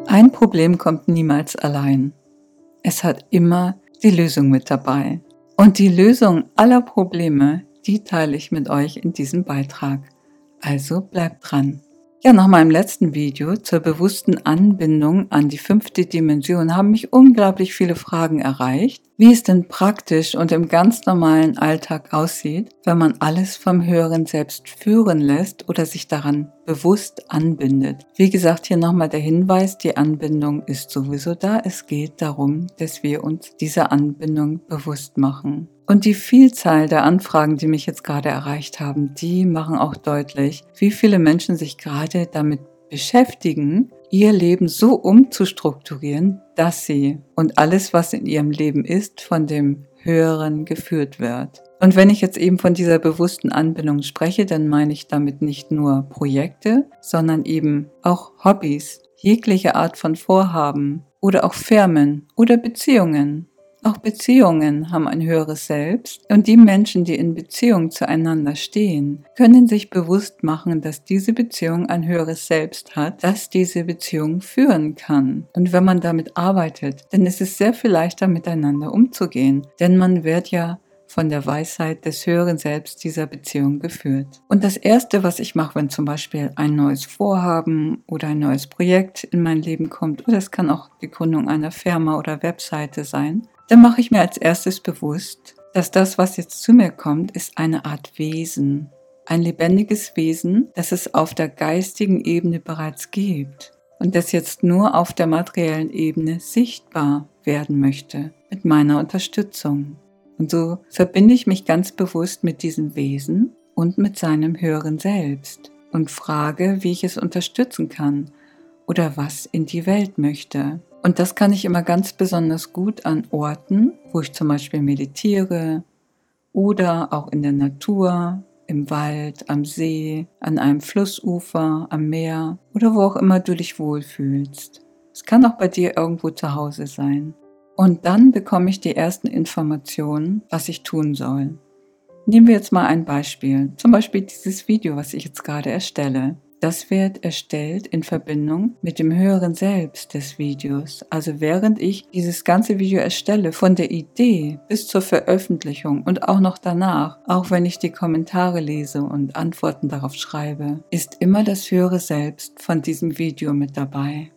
Ein Problem kommt niemals allein. Es hat immer die Lösung mit dabei. Und die Lösung aller Probleme, die teile ich mit euch in diesem Beitrag. Also bleibt dran. Ja, nach meinem letzten Video zur bewussten Anbindung an die 5. Dimension haben mich unglaublich viele Fragen erreicht, wie es denn praktisch und im ganz normalen Alltag aussieht, wenn man alles vom höheren Selbst führen lässt oder sich daran bewusst anbindet. Wie gesagt, hier nochmal der Hinweis, die Anbindung ist sowieso da. Es geht darum, dass wir uns dieser Anbindung bewusst machen. Und die Vielzahl der Anfragen, die mich jetzt gerade erreicht haben, die machen auch deutlich, wie viele Menschen sich gerade damit beschäftigen, ihr Leben so umzustrukturieren, dass sie und alles, was in ihrem Leben ist, von dem Höheren geführt wird. Und wenn ich jetzt eben von dieser bewussten Anbindung spreche, dann meine ich damit nicht nur Projekte, sondern eben auch Hobbys, jegliche Art von Vorhaben oder auch Firmen oder Beziehungen. Auch Beziehungen haben ein höheres Selbst und die Menschen, die in Beziehung zueinander stehen, können sich bewusst machen, dass diese Beziehung ein höheres Selbst hat, das diese Beziehung führen kann. Und wenn man damit arbeitet, dann ist es sehr viel leichter miteinander umzugehen, denn man wird ja von der Weisheit des höheren Selbst dieser Beziehung geführt. Und das Erste, was ich mache, wenn zum Beispiel ein neues Vorhaben oder ein neues Projekt in mein Leben kommt, oder es kann auch die Gründung einer Firma oder Webseite sein, dann mache ich mir als erstes bewusst, dass das, was jetzt zu mir kommt, ist eine Art Wesen. Ein lebendiges Wesen, das es auf der geistigen Ebene bereits gibt und das jetzt nur auf der materiellen Ebene sichtbar werden möchte, mit meiner Unterstützung. Und so verbinde ich mich ganz bewusst mit diesem Wesen und mit seinem höheren Selbst und frage, wie ich es unterstützen kann oder was in die Welt möchte. Und das kann ich immer ganz besonders gut an Orten, wo ich zum Beispiel meditiere oder auch in der Natur, im Wald, am See, an einem Flussufer, am Meer oder wo auch immer du dich wohlfühlst. Es kann auch bei dir irgendwo zu Hause sein. Und dann bekomme ich die ersten Informationen, was ich tun soll. Nehmen wir jetzt mal ein Beispiel. Zum Beispiel dieses Video, was ich jetzt gerade erstelle. Das wird erstellt in Verbindung mit dem höheren Selbst des Videos. Also während ich dieses ganze Video erstelle, von der Idee bis zur Veröffentlichung und auch noch danach, auch wenn ich die Kommentare lese und Antworten darauf schreibe, ist immer das höhere Selbst von diesem Video mit dabei.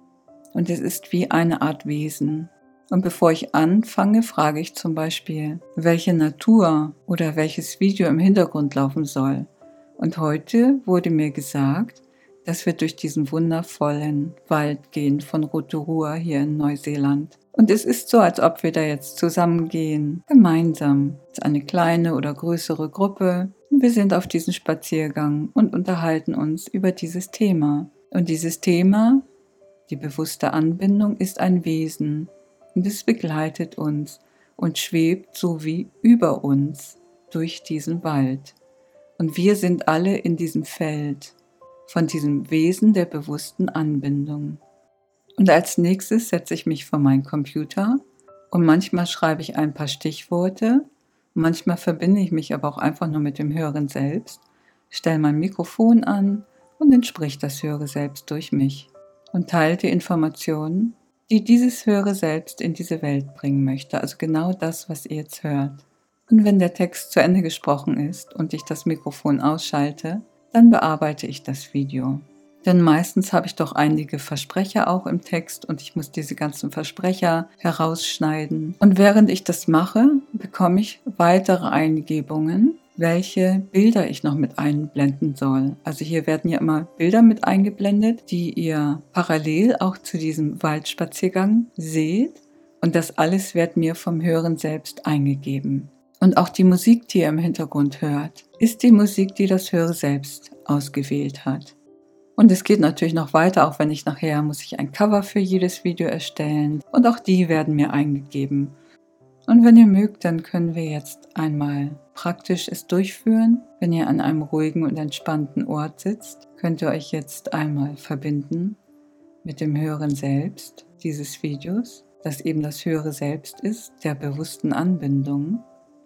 Und es ist wie eine Art Wesen. Und bevor ich anfange, frage ich zum Beispiel, welche Natur oder welches Video im Hintergrund laufen soll. Und heute wurde mir gesagt, dass wir durch diesen wundervollen Wald gehen von Rotorua hier in Neuseeland. Und es ist so, als ob wir da jetzt zusammengehen, gemeinsam, als eine kleine oder größere Gruppe. Und wir sind auf diesem Spaziergang und unterhalten uns über dieses Thema. Und dieses Thema, die bewusste Anbindung, ist ein Wesen. Und es begleitet uns und schwebt so wie über uns durch diesen Wald. Und wir sind alle in diesem Feld von diesem Wesen der bewussten Anbindung. Und als nächstes setze ich mich vor meinen Computer und manchmal schreibe ich ein paar Stichworte, manchmal verbinde ich mich aber auch einfach nur mit dem höheren Selbst, stelle mein Mikrofon an und dann spricht das höhere Selbst durch mich und teilt die Informationen, die dieses höhere Selbst in diese Welt bringen möchte, also genau das, was ihr jetzt hört. Und wenn der Text zu Ende gesprochen ist und ich das Mikrofon ausschalte, dann bearbeite ich das Video. Denn meistens habe ich doch einige Versprecher auch im Text und ich muss diese ganzen Versprecher herausschneiden. Und während ich das mache, bekomme ich weitere Eingebungen, welche Bilder ich noch mit einblenden soll. Also hier werden ja immer Bilder mit eingeblendet, die ihr parallel auch zu diesem Waldspaziergang seht. Und das alles wird mir vom höheren Selbst eingegeben. Und auch die Musik, die ihr im Hintergrund hört, ist die Musik, die das höhere Selbst ausgewählt hat. Und es geht natürlich noch weiter, auch wenn ich nachher muss ich ein Cover für jedes Video erstellen. Und auch die werden mir eingegeben. Und wenn ihr mögt, dann können wir jetzt einmal praktisch es durchführen. Wenn ihr an einem ruhigen und entspannten Ort sitzt, könnt ihr euch jetzt einmal verbinden mit dem höheren Selbst dieses Videos, das eben das höhere Selbst ist, der bewussten Anbindung.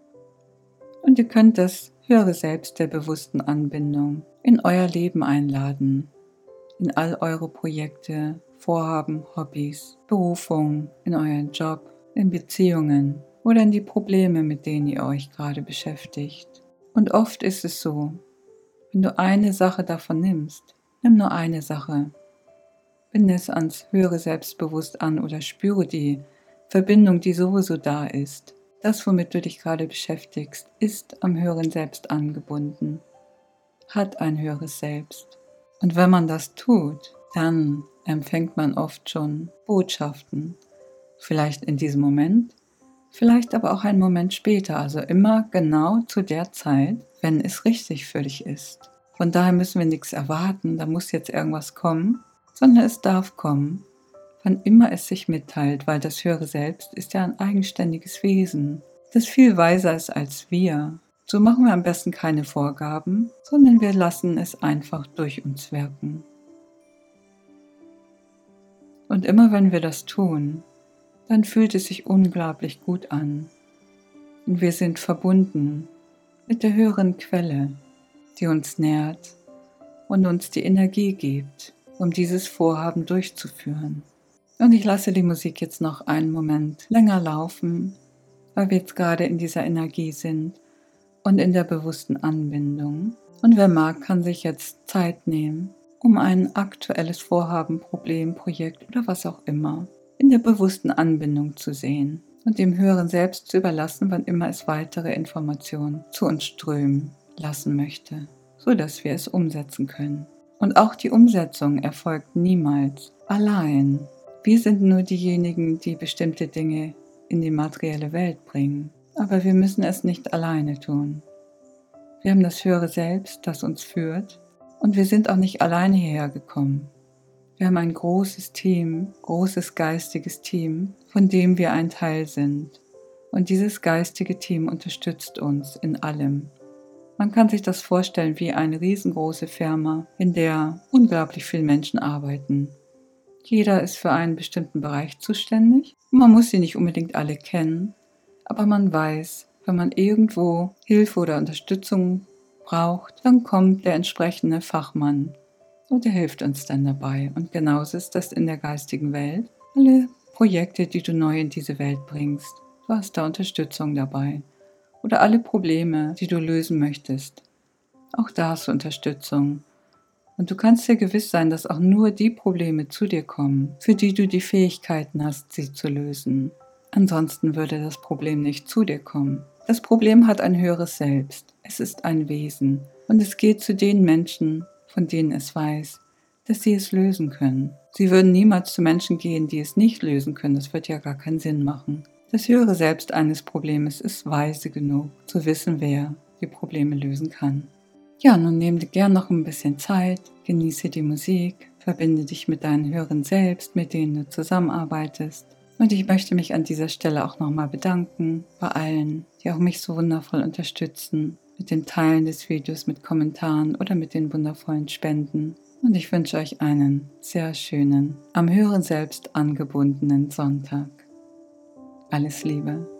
Und ihr könnt das höhere Selbst der bewussten Anbindung in euer Leben einladen, in all eure Projekte, Vorhaben, Hobbys, Berufung, in euren Job, in Beziehungen oder in die Probleme, mit denen ihr euch gerade beschäftigt. Und oft ist es so, wenn du eine Sache davon nimmst, nimm nur eine Sache, binde es ans höhere Selbstbewusst an oder spüre die Verbindung, die sowieso da ist. Das, womit du dich gerade beschäftigst, ist am höheren Selbst angebunden, hat ein höheres Selbst. Und wenn man das tut, dann empfängt man oft schon Botschaften, vielleicht in diesem Moment, vielleicht aber auch einen Moment später, also immer genau zu der Zeit, wenn es richtig für dich ist. Von daher müssen wir nichts erwarten, da muss jetzt irgendwas kommen, sondern es darf kommen, wann immer es sich mitteilt, weil das höhere Selbst ist ja ein eigenständiges Wesen, das viel weiser ist als wir. So machen wir am besten keine Vorgaben, sondern wir lassen es einfach durch uns wirken. Und immer wenn wir das tun, dann fühlt es sich unglaublich gut an. Und wir sind verbunden mit der höheren Quelle, die uns nährt und uns die Energie gibt, um dieses Vorhaben durchzuführen. Und ich lasse die Musik jetzt noch einen Moment länger laufen, weil wir jetzt gerade in dieser Energie sind und in der bewussten Anbindung. Und wer mag, kann sich jetzt Zeit nehmen, um ein aktuelles Vorhaben, Problem, Projekt oder was auch immer in der bewussten Anbindung zu sehen und dem höheren Selbst zu überlassen, wann immer es weitere Informationen zu uns strömen lassen möchte, so dass wir es umsetzen können. Und auch die Umsetzung erfolgt niemals allein. Wir sind nur diejenigen, die bestimmte Dinge in die materielle Welt bringen. Aber wir müssen es nicht alleine tun. Wir haben das höhere Selbst, das uns führt. Und wir sind auch nicht alleine hierher gekommen. Wir haben ein großes Team, großes geistiges Team, von dem wir ein Teil sind. Und dieses geistige Team unterstützt uns in allem. Man kann sich das vorstellen wie eine riesengroße Firma, in der unglaublich viele Menschen arbeiten. Jeder ist für einen bestimmten Bereich zuständig. Man muss sie nicht unbedingt alle kennen, aber man weiß, wenn man irgendwo Hilfe oder Unterstützung braucht, dann kommt der entsprechende Fachmann und der hilft uns dann dabei. Und genauso ist das in der geistigen Welt. Alle Projekte, die du neu in diese Welt bringst, du hast da Unterstützung dabei. Oder alle Probleme, die du lösen möchtest, auch da hast du Unterstützung. Und du kannst dir gewiss sein, dass auch nur die Probleme zu dir kommen, für die du die Fähigkeiten hast, sie zu lösen. Ansonsten würde das Problem nicht zu dir kommen. Das Problem hat ein höheres Selbst. Es ist ein Wesen. Und es geht zu den Menschen, von denen es weiß, dass sie es lösen können. Sie würden niemals zu Menschen gehen, die es nicht lösen können. Das wird ja gar keinen Sinn machen. Das höhere Selbst eines Problems ist weise genug, zu wissen, wer die Probleme lösen kann. Ja, nun nimm dir gern noch ein bisschen Zeit, genieße die Musik, verbinde dich mit deinen höheren Selbst, mit denen du zusammenarbeitest. Und ich möchte mich an dieser Stelle auch nochmal bedanken bei allen, die auch mich so wundervoll unterstützen, mit dem Teilen des Videos, mit Kommentaren oder mit den wundervollen Spenden. Und ich wünsche euch einen sehr schönen, am höheren Selbst angebundenen Sonntag. Alles Liebe.